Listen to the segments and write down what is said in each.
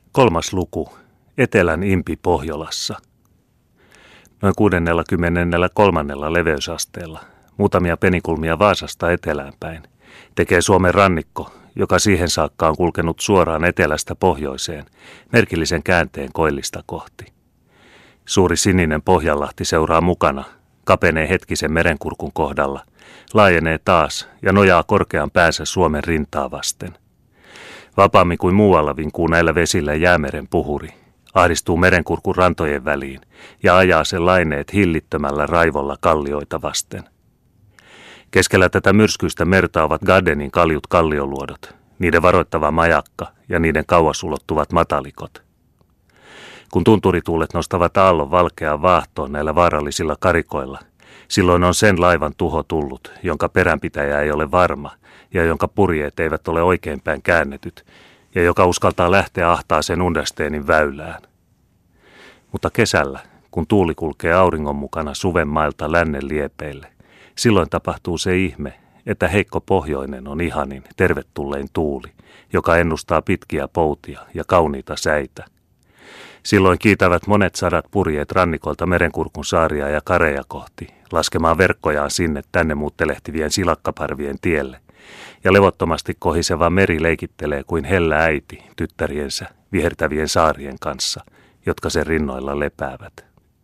Kolmas luku. Etelän impi Pohjolassa. Noin 63. leveysasteella, muutamia penikulmia Vaasasta etelään päin, tekee Suomen rannikko, joka siihen saakka on kulkenut suoraan etelästä pohjoiseen, merkillisen käänteen koillista kohti. Suuri sininen Pohjanlahti seuraa mukana, kapenee hetkisen merenkurkun kohdalla, laajenee taas ja nojaa korkean päänsä Suomen rintaa vasten. Vapaammin kuin muualla vinkuu näillä vesillä Jäämeren puhuri, ahdistuu merenkurkun rantojen väliin ja ajaa sen laineet hillittömällä raivolla kallioita vasten. Keskellä tätä myrskyistä merta ovat Gardenin kaljut kallioluodot, niiden varoittava majakka ja niiden kauas ulottuvat matalikot. Kun tunturituulet nostavat aallon valkeaan vaahtoon näillä vaarallisilla karikoilla, silloin on sen laivan tuho tullut, jonka peränpitäjä ei ole varma ja jonka purjeet eivät ole oikeinpäin käännetyt ja joka uskaltaa lähteä ahtaaseen Understeenin väylään. Mutta kesällä, kun tuuli kulkee auringon mukana suven mailta lännen liepeille, silloin tapahtuu se ihme, että heikko pohjoinen on ihanin, tervetullein tuuli, joka ennustaa pitkiä poutia ja kauniita säitä. Silloin kiitävät monet sadat purjeet rannikolta merenkurkun saaria ja kareja kohti, laskemaan verkkojaan sinne tänne muuttelehtivien silakkaparvien tielle, ja levottomasti kohiseva meri leikittelee kuin hellä äiti tyttäriensä vihertävien saarien kanssa, jotka sen rinnoilla lepäävät.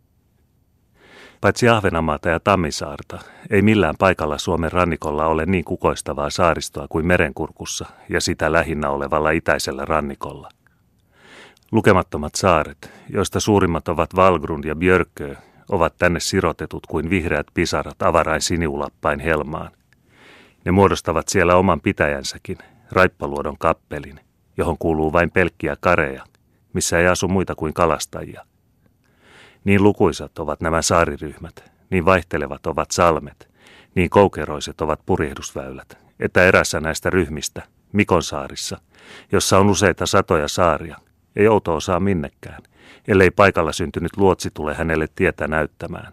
Paitsi Ahvenanmaata ja Tammisaarta, ei millään paikalla Suomen rannikolla ole niin kukoistavaa saaristoa kuin merenkurkussa ja sitä lähinnä olevalla itäisellä rannikolla. Lukemattomat saaret, joista suurimmat ovat Valgrund ja Björkö, ovat tänne sirotetut kuin vihreät pisarat avarain siniulappain helmaan. Ne muodostavat siellä oman pitäjänsäkin, Raippaluodon kappelin, johon kuuluu vain pelkkiä kareja, missä ei asu muita kuin kalastajia. Niin lukuisat ovat nämä saariryhmät, niin vaihtelevat ovat salmet, niin koukeroiset ovat purjehdusväylät, että erässä näistä ryhmistä, Mikonsaarissa, jossa on useita satoja saaria, ei outoa saa minnekään, ellei paikalla syntynyt luotsi tule hänelle tietä näyttämään.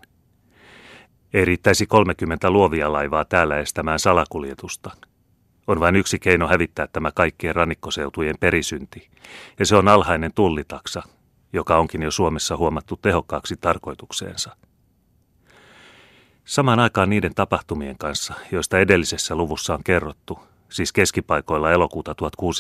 Ei riittäisi 30 luovia laivaa täällä estämään salakuljetusta. On vain yksi keino hävittää tämä kaikkien rannikkoseutujen perisynti, ja se on alhainen tullitaksa, joka onkin jo Suomessa huomattu tehokkaaksi tarkoitukseensa. Samaan aikaan niiden tapahtumien kanssa, joista edellisessä luvussa on kerrottu, siis keskipaikoilla elokuuta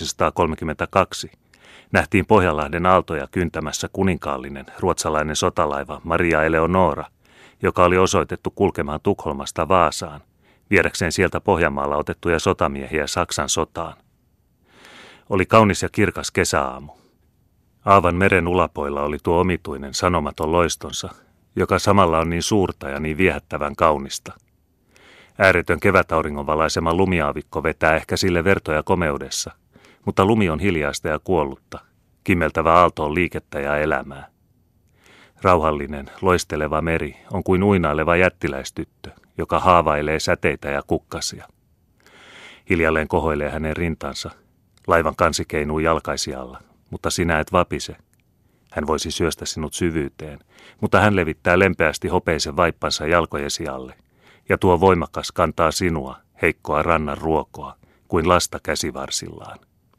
1632, nähtiin Pohjanlahden aaltoja kyntämässä kuninkaallinen ruotsalainen sotalaiva Maria Eleonora, joka oli osoitettu kulkemaan Tukholmasta Vaasaan, viedäkseen sieltä Pohjanmaalla otettuja sotamiehiä Saksan sotaan. Oli kaunis ja kirkas kesäaamu. Aavan meren ulapoilla oli tuo omituinen sanomaton loistonsa, joka samalla on niin suurta ja niin viehättävän kaunista. Ääretön kevätauringon valaisema lumiaavikko vetää ehkä sille vertoja komeudessa, mutta lumi on hiljaista ja kuollutta, kimmeltävä aalto on liikettä ja elämää. Rauhallinen, loisteleva meri on kuin uinaileva jättiläistyttö, joka haavailee säteitä ja kukkasia. Hiljalleen kohoilee hänen rintansa. Laivan kansi keinuu jalkaisi alla, mutta sinä et vapise. Hän voisi syöstä sinut syvyyteen, mutta hän levittää lempeästi hopeisen vaippansa jalkojesi alle, ja tuo voimakas kantaa sinua, heikkoa rannan ruokoa, kuin lasta käsivarsillaan.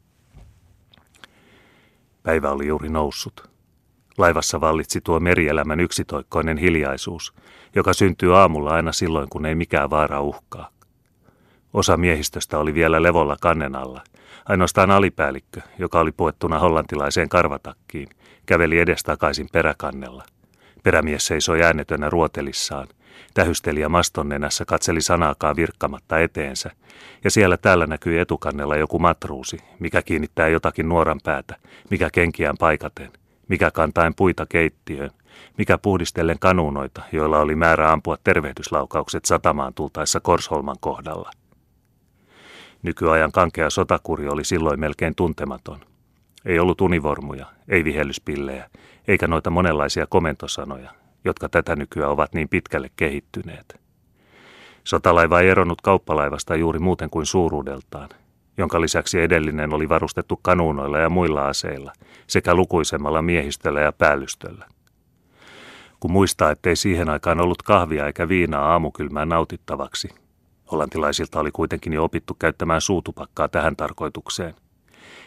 Päivä oli juuri noussut. Laivassa vallitsi tuo merielämän yksitoikkoinen hiljaisuus, joka syntyy aamulla aina silloin, kun ei mikään vaara uhkaa. Osa miehistöstä oli vielä levolla kannen alla. Ainoastaan alipäällikkö, joka oli puettuna hollantilaiseen karvatakkiin, käveli edestakaisin peräkannella. Perämies seisoi äänetönä ruotelissaan. Tähystelijä maston nenässä katseli sanaakaan virkkamatta eteensä, ja siellä täällä näkyi etukannella joku matruusi, mikä kiinnittää jotakin nuoran päätä, mikä kenkiään paikaten, mikä kantaen puita keittiöön, mikä puhdistellen kanuunoita, joilla oli määrä ampua tervehdyslaukaukset satamaan tultaessa Korsholman kohdalla. Nykyajan kankea sotakuri oli silloin melkein tuntematon. Ei ollut univormuja, ei vihellyspillejä, eikä noita monenlaisia komentosanoja, jotka tätä nykyään ovat niin pitkälle kehittyneet. Sotalaiva ei eronnut kauppalaivasta juuri muuten kuin suuruudeltaan, jonka lisäksi edellinen oli varustettu kanuunoilla ja muilla aseilla sekä lukuisemmalla miehistöllä ja päällystöllä. Kun muistaa, ettei siihen aikaan ollut kahvia eikä viinaa aamukylmään nautittavaksi, hollantilaisilta oli kuitenkin jo opittu käyttämään suutupakkaa tähän tarkoitukseen,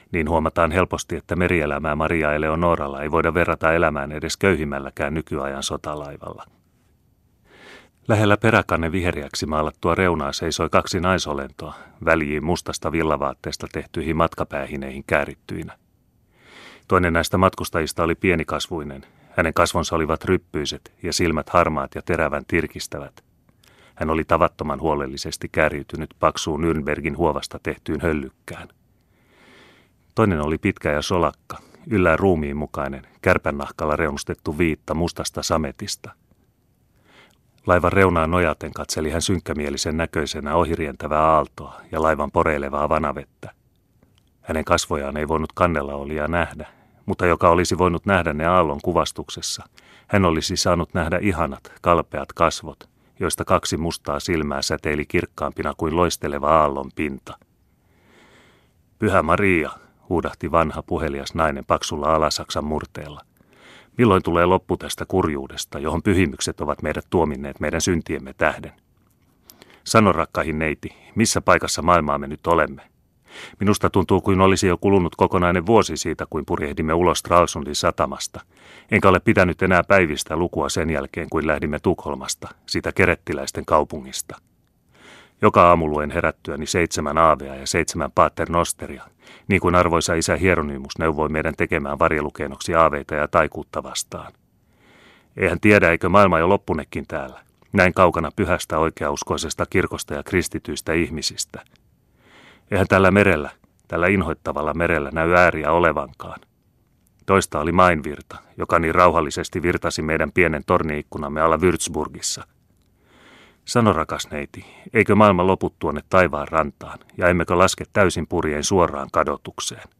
Niin huomataan helposti, että merielämää Maria Eleonoralla ei voida verrata elämään edes köyhimmälläkään nykyajan sotalaivalla. Lähellä peräkannen viheriäksi maalattua reunaa seisoi 2 naisolentoa, väljiin mustasta villavaatteesta tehtyihin matkapäähineihin käärittyinä. Toinen näistä matkustajista oli pienikasvuinen. Hänen kasvonsa olivat ryppyiset ja silmät harmaat ja terävän tirkistävät. Hän oli tavattoman huolellisesti kääriytynyt paksuun Nürnbergin huovasta tehtyyn höllykkään. Toinen oli pitkä ja solakka, yllään ruumiin mukainen, kärpännahkalla reunustettu viitta mustasta sametista. Laivan reunaan nojaten katseli hän synkkämielisen näköisenä ohirientävää aaltoa ja laivan poreilevaa vanavettä. Hänen kasvojaan ei voinut kannella olijaa nähdä, mutta joka olisi voinut nähdä ne aallon kuvastuksessa, hän olisi saanut nähdä ihanat, kalpeat kasvot, joista 2 mustaa silmää säteili kirkkaampina kuin loisteleva aallon pinta. Pyhä Maria, huudahti vanha puhelias nainen paksulla alasaksan murteella. Milloin tulee loppu tästä kurjuudesta, johon pyhimykset ovat meidät tuominneet meidän syntiemme tähden? Sano, rakkahin neiti, missä paikassa maailmaa me nyt olemme? Minusta tuntuu, kuin olisi jo kulunut kokonainen vuosi siitä, kuin purjehdimme ulos Stralsundin satamasta. Enkä ole pitänyt enää päivistä lukua sen jälkeen, kuin lähdimme Tukholmasta, sitä kerettiläisten kaupungista. Joka aamu luen herättyäni 7 aavea ja 7 Pater Nosteria, niin kuin arvoisa isä Hieronymus neuvoi meidän tekemään varjelukeinoksi aaveita ja taikuutta vastaan. Eihän tiedä, eikö maailma jo loppunekin täällä, näin kaukana pyhästä oikeauskoisesta kirkosta ja kristityistä ihmisistä. Eihän tällä merellä, tällä inhoittavalla merellä näy ääriä olevankaan. Toista oli Mainvirta, joka niin rauhallisesti virtasi meidän pienen torniikkunamme alla Würzburgissa. Sano, rakas neiti, eikö maailma lopu tuonne taivaan rantaan, ja emmekö laske täysin purjein suoraan kadotukseen?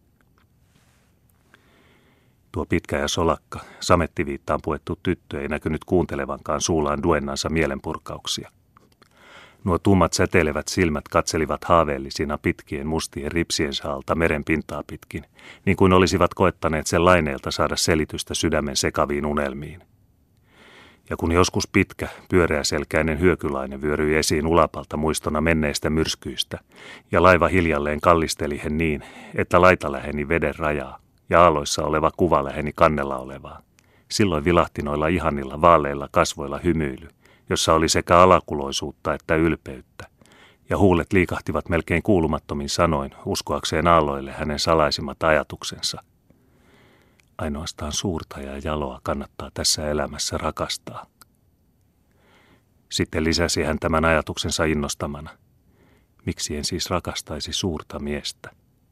Tuo pitkä ja solakka, samettiviittaan puettu tyttö ei näkynyt kuuntelevankaan suullaan duennansa mielenpurkauksia. Nuo tummat säteilevät silmät katselivat haaveellisina pitkien mustien ripsiensä alta meren pintaa pitkin, niin kuin olisivat koettaneet sen laineelta saada selitystä sydämen sekaviin unelmiin. Ja kun joskus pitkä, pyöreäselkäinen hyökylainen vyöryi esiin ulapalta muistona menneistä myrskyistä, ja laiva hiljalleen kallisteli hen niin, että laita läheni veden rajaa, ja aaloissa oleva kuva läheni kannella olevaa, silloin vilahti noilla ihanilla vaaleilla kasvoilla hymyily, jossa oli sekä alakuloisuutta että ylpeyttä, ja huulet liikahtivat melkein kuulumattomin sanoin uskoakseen aalloille hänen salaisimmat ajatuksensa. Ainoastaan suurta ja jaloa kannattaa tässä elämässä rakastaa. Sitten lisäsi hän tämän ajatuksensa innostamana. Miksi en siis rakastaisi suurta miestä?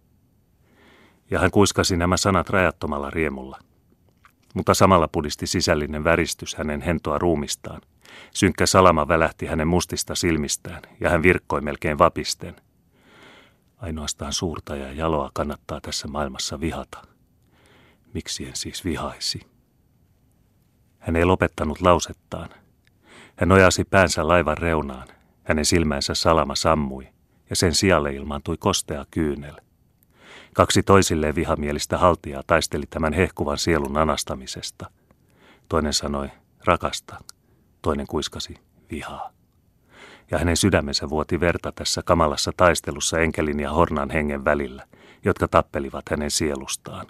Ja hän kuiskasi nämä sanat rajattomalla riemulla. Mutta samalla pudisti sisällinen väristys hänen hentoa ruumistaan. Synkkä salama välähti hänen mustista silmistään, ja hän virkkoi melkein vapisten. Ainoastaan suurta ja jaloa kannattaa tässä maailmassa vihata. Miksi en siis vihaisi? Hän ei lopettanut lausettaan. Hän nojasi päänsä laivan reunaan. Hänen silmänsä salama sammui, ja sen sijalle ilmaantui kostea kyynel. 2 toisilleen vihamielistä haltijaa taisteli tämän hehkuvan sielun anastamisesta. Toinen sanoi, rakasta. Toinen kuiskasi, vihaa. Ja hänen sydämensä vuoti verta tässä kamalassa taistelussa enkelin ja hornan hengen välillä, jotka tappelivat hänen sielustaan.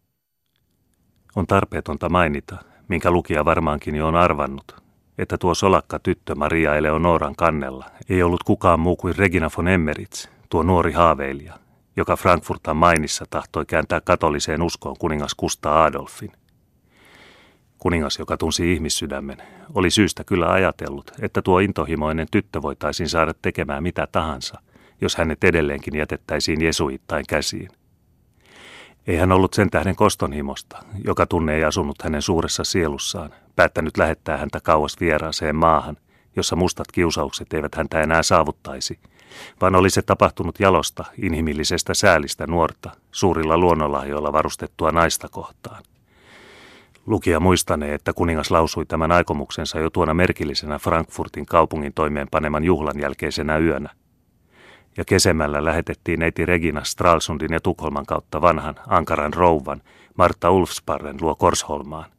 On tarpeetonta mainita, minkä lukija varmaankin jo on arvannut, että tuo solakka tyttö Maria Eleonoran kannella ei ollut kukaan muu kuin Regina von Emmerich, tuo nuori haaveilija, joka Frankfurt am Mainissa tahtoi kääntää katoliseen uskoon kuningas Kustaa Adolfin. Kuningas, joka tunsi ihmissydämen, oli syystä kyllä ajatellut, että tuo intohimoinen tyttö voitaisiin saada tekemään mitä tahansa, jos hänet edelleenkin jätettäisiin jesuittain käsiin. Ei hän ollut sen tähden kostonhimosta, joka tunne ei asunut hänen suuressa sielussaan, päättänyt lähettää häntä kauas vieraaseen maahan, jossa mustat kiusaukset eivät häntä enää saavuttaisi, vaan oli se tapahtunut jalosta, inhimillisestä säälistä nuorta, suurilla luonnonlahjoilla varustettua naista kohtaan. Lukija muistanee, että kuningas lausui tämän aikomuksensa jo tuona merkillisenä Frankfurtin kaupungin toimeenpaneman juhlan jälkeisenä yönä. Ja kesemmällä lähetettiin neiti Regina Stralsundin ja Tukholman kautta vanhan ankaran rouvan Martta Ulfsparren luo Korsholmaan.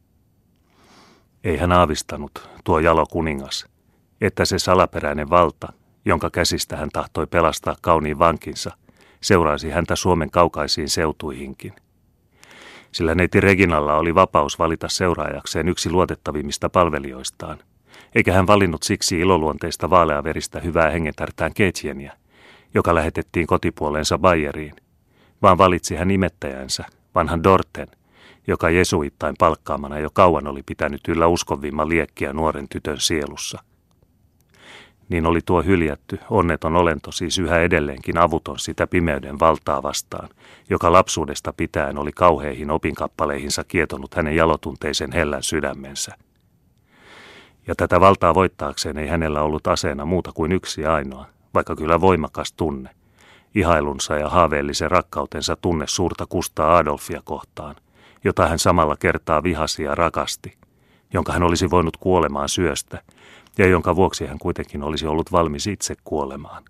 Ei hän aavistanut, tuo jalo kuningas, että se salaperäinen valta, jonka käsistä hän tahtoi pelastaa kauniin vankinsa, seuraisi häntä Suomen kaukaisiin seutuihinkin. Sillä neiti Reginalla oli vapaus valita seuraajakseen yksi luotettavimmista palvelijoistaan, eikä hän valinnut siksi iloluonteista vaaleaveristä hyvää hengentärtään Ketsieniä, joka lähetettiin kotipuoleensa Bayeriin, vaan valitsi hän imettäjänsä, vanhan Dorten, joka jesuittain palkkaamana jo kauan oli pitänyt yllä uskonvimma liekkiä nuoren tytön sielussa. Niin oli tuo hyljätty, onneton olento siis yhä edelleenkin avuton sitä pimeyden valtaa vastaan, joka lapsuudesta pitäen oli kauheihin opinkappaleihinsa kietonut hänen jalotunteisen hellän sydämensä. Ja tätä valtaa voittaakseen ei hänellä ollut aseena muuta kuin yksi ainoa, vaikka kyllä voimakas tunne, ihailunsa ja haaveellisen rakkautensa tunne suurta Kustaa Adolfia kohtaan, jota hän samalla kertaa vihasi ja rakasti, jonka hän olisi voinut kuolemaan syöstä, ja jonka vuoksi hän kuitenkin olisi ollut valmis itse kuolemaan.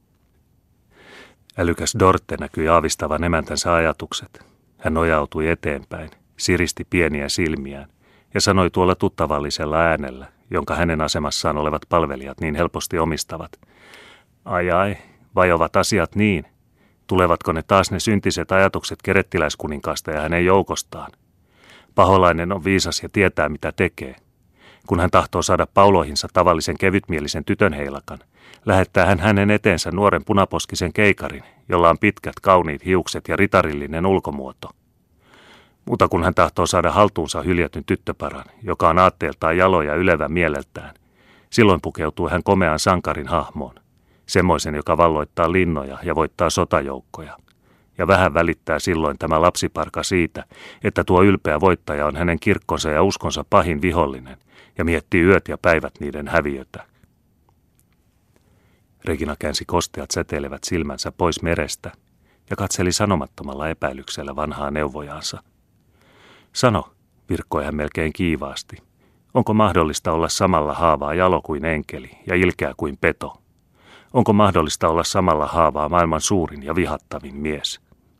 Älykäs Dorte näkyi aavistavan emäntänsä ajatukset. Hän nojautui eteenpäin, siristi pieniä silmiään ja sanoi tuolla tuttavallisella äänellä, jonka hänen asemassaan olevat palvelijat niin helposti omistavat. Ai, vai ovat asiat niin? Tulevatko ne taas ne syntiset ajatukset kerettiläiskuninkaasta ja hänen joukostaan? Paholainen on viisas ja tietää mitä tekee. Kun hän tahtoo saada pauloihinsa tavallisen kevytmielisen tytön heilakan, lähettää hän hänen eteensä nuoren punaposkisen keikarin, jolla on pitkät, kauniit hiukset ja ritarillinen ulkomuoto. Mutta kun hän tahtoo saada haltuunsa hyljätyn tyttöparan, joka on aatteeltaan jalo ja ylevä mieleltään, silloin pukeutuu hän komean sankarin hahmoon, semmoisen, joka valloittaa linnoja ja voittaa sotajoukkoja. Ja vähän välittää silloin tämä lapsiparka siitä, että tuo ylpeä voittaja on hänen kirkkonsa ja uskonsa pahin vihollinen, ja miettii yöt ja päivät niiden häviötä. Regina käänsi kosteat säteilevät silmänsä pois merestä ja katseli sanomattomalla epäilyksellä vanhaa neuvojaansa. Sano, virkkoi hän melkein kiivaasti, onko mahdollista olla samalla haavaa jalo kuin enkeli ja ilkeä kuin peto? Onko mahdollista olla samalla haavaa maailman suurin ja vihattavin mies?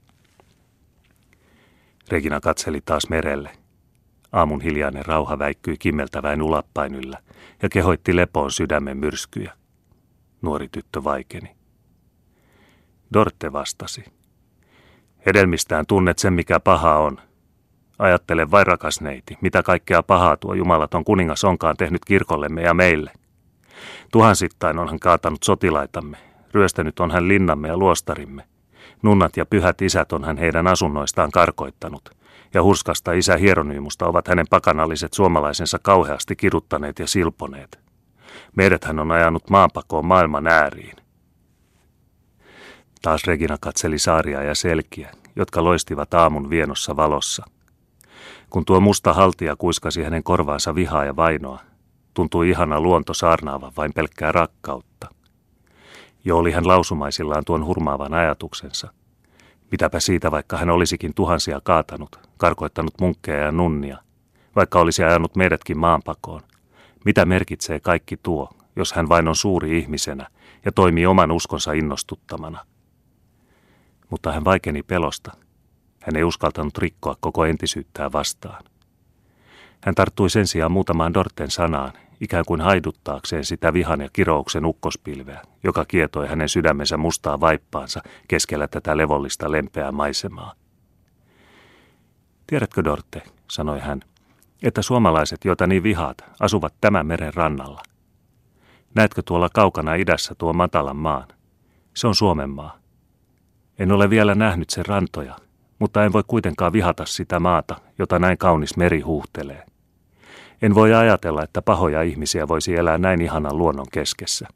Regina katseli taas merelle. Aamun hiljainen rauha väikkyi kimmeltäväin ulappain yllä ja kehoitti lepoon sydämen myrskyjä. Nuori tyttö vaikeni. Dorte vastasi. Hedelmistään tunnet sen, mikä paha on. Ajattele vain, rakas neiti, mitä kaikkea pahaa tuo jumalaton kuningas onkaan tehnyt kirkollemme ja meille. Tuhansittain on hän kaatanut sotilaitamme, ryöstänyt on hän linnamme ja luostarimme. Nunnat ja pyhät isät on hän heidän asunnoistaan karkoittanut, ja hurskasta isä Hieronymusta ovat hänen pakanalliset suomalaisensa kauheasti kiduttaneet ja silponeet. Meidät hän on ajanut maanpakoon maailman ääriin. Taas Regina katseli saaria ja selkiä, jotka loistivat aamun vienossa valossa. Kun tuo musta haltija kuiskasi hänen korvaansa vihaa ja vainoa, tuntui ihana luonto saarnaavan vain pelkkää rakkautta. Jo oli hän lausumaisillaan tuon hurmaavan ajatuksensa. Mitäpä siitä, vaikka hän olisikin tuhansia kaatanut, karkoittanut munkkeja ja nunnia, vaikka olisi ajanut meidätkin maanpakoon. Mitä merkitsee kaikki tuo, jos hän vain on suuri ihmisenä ja toimii oman uskonsa innostuttamana? Mutta hän vaikeni pelosta. Hän ei uskaltanut rikkoa koko entisyyttään vastaan. Hän tarttui sen sijaan muutamaan Dorten sanaan, ikään kuin haiduttaakseen sitä vihan ja kirouksen ukkospilveä, joka kietoi hänen sydämensä mustaa vaippaansa keskellä tätä levollista lempeää maisemaa. Tiedätkö, Dorte, sanoi hän, että suomalaiset, joita niin vihaat, asuvat tämän meren rannalla. Näetkö tuolla kaukana idässä tuon matalan maan? Se on Suomen maa. En ole vielä nähnyt sen rantoja, mutta en voi kuitenkaan vihata sitä maata, jota näin kaunis meri huuhtelee. En voi ajatella, että pahoja ihmisiä voisi elää näin ihanan luonnon keskessä.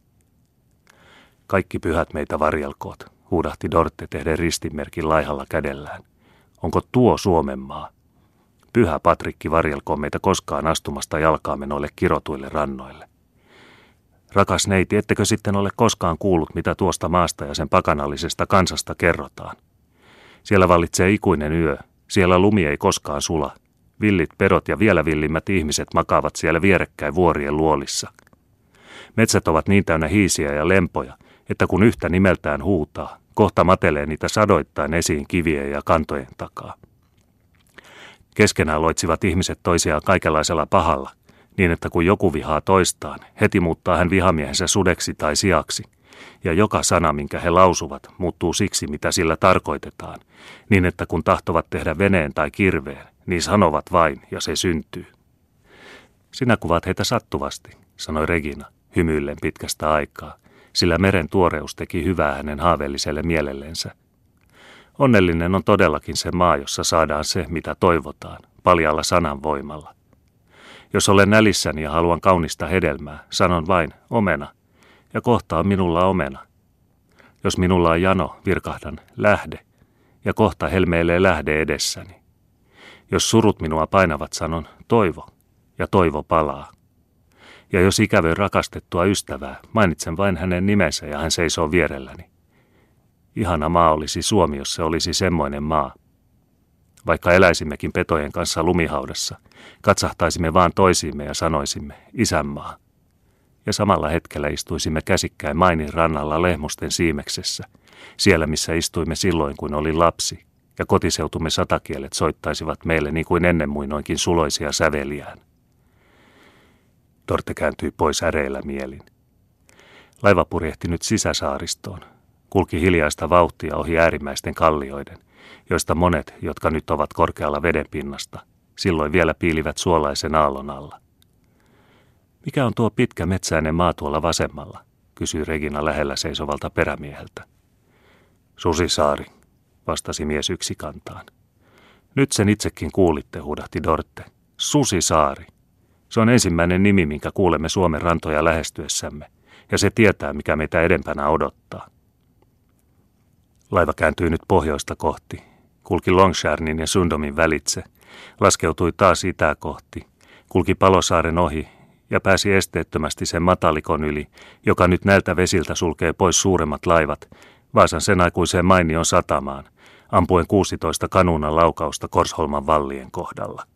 Kaikki pyhät meitä varjelkoot, huudahti Dorte tehden ristinmerkin laihalla kädellään. Onko tuo Suomen maa? Pyhä Patrikki varjelkoon meitä koskaan astumasta jalkaamme noille kirotuille rannoille. Rakas neiti, ettekö sitten ole koskaan kuullut, mitä tuosta maasta ja sen pakanallisesta kansasta kerrotaan? Siellä vallitsee ikuinen yö, siellä lumi ei koskaan sula. Villit pedot ja vielä villimmät ihmiset makaavat siellä vierekkäin vuorien luolissa. Metsät ovat niin täynnä hiisiä ja lempoja, että kun yhtä nimeltään huutaa, kohta matelee niitä sadoittain esiin kivien ja kantojen takaa. Keskenään loitsivat ihmiset toisiaan kaikenlaisella pahalla, niin että kun joku vihaa toistaan, heti muuttaa hän vihamiehensä sudeksi tai siaksi, ja joka sana, minkä he lausuvat, muuttuu siksi, mitä sillä tarkoitetaan, niin että kun tahtovat tehdä veneen tai kirveen, niin sanovat vain, ja se syntyy. Sinä kuvaat heitä sattuvasti, sanoi Regina, hymyillen pitkästä aikaa, sillä meren tuoreus teki hyvää hänen haaveelliselle mielellensä. Onnellinen on todellakin se maa, jossa saadaan se, mitä toivotaan, paljalla sanan voimalla. Jos olen nälissäni ja haluan kaunista hedelmää, sanon vain omena, ja kohta on minulla omena. Jos minulla on jano, virkahdan lähde, ja kohta helmeilee lähde edessäni. Jos surut minua painavat, sanon toivo, ja toivo palaa. Ja jos ikävöin rakastettua ystävää, mainitsen vain hänen nimensä ja hän seisoo vierelläni. Ihana maa olisi Suomi, jos se olisi semmoinen maa. Vaikka eläisimmekin petojen kanssa lumihaudassa, katsahtaisimme vaan toisiimme ja sanoisimme isänmaa. Ja samalla hetkellä istuisimme käsikkäin Mainin rannalla Lehmusten siimeksessä, siellä missä istuimme silloin, kun olin lapsi, ja kotiseutumme satakielet soittaisivat meille niin kuin ennen muinoinkin suloisia säveliään. Dorte kääntyi pois äreillä mielin. Laiva purjehti nyt sisäsaaristoon. Kulki hiljaista vauhtia ohi äärimmäisten kallioiden, joista monet, jotka nyt ovat korkealla vedenpinnasta, silloin vielä piilivät suolaisen aallon alla. Mikä on tuo pitkä metsäinen maa tuolla vasemmalla, kysyi Regina lähellä seisovalta perämieheltä. Susisaari, vastasi mies yksikantaan. Nyt sen itsekin kuulitte, huudahti Dorte. Susisaari. Se on ensimmäinen nimi, minkä kuulemme Suomen rantoja lähestyessämme, ja se tietää, mikä meitä edempänä odottaa. Laiva kääntyi nyt pohjoista kohti, kulki Longsharnin ja Sundomin välitse, laskeutui taas itää kohti, kulki Palosaaren ohi ja pääsi esteettömästi sen matalikon yli, joka nyt näiltä vesiltä sulkee pois suuremmat laivat, Vaasan sen aikuiseen Mainion satamaan, ampuen 16 kanuunan laukausta Korsholman vallien kohdalla.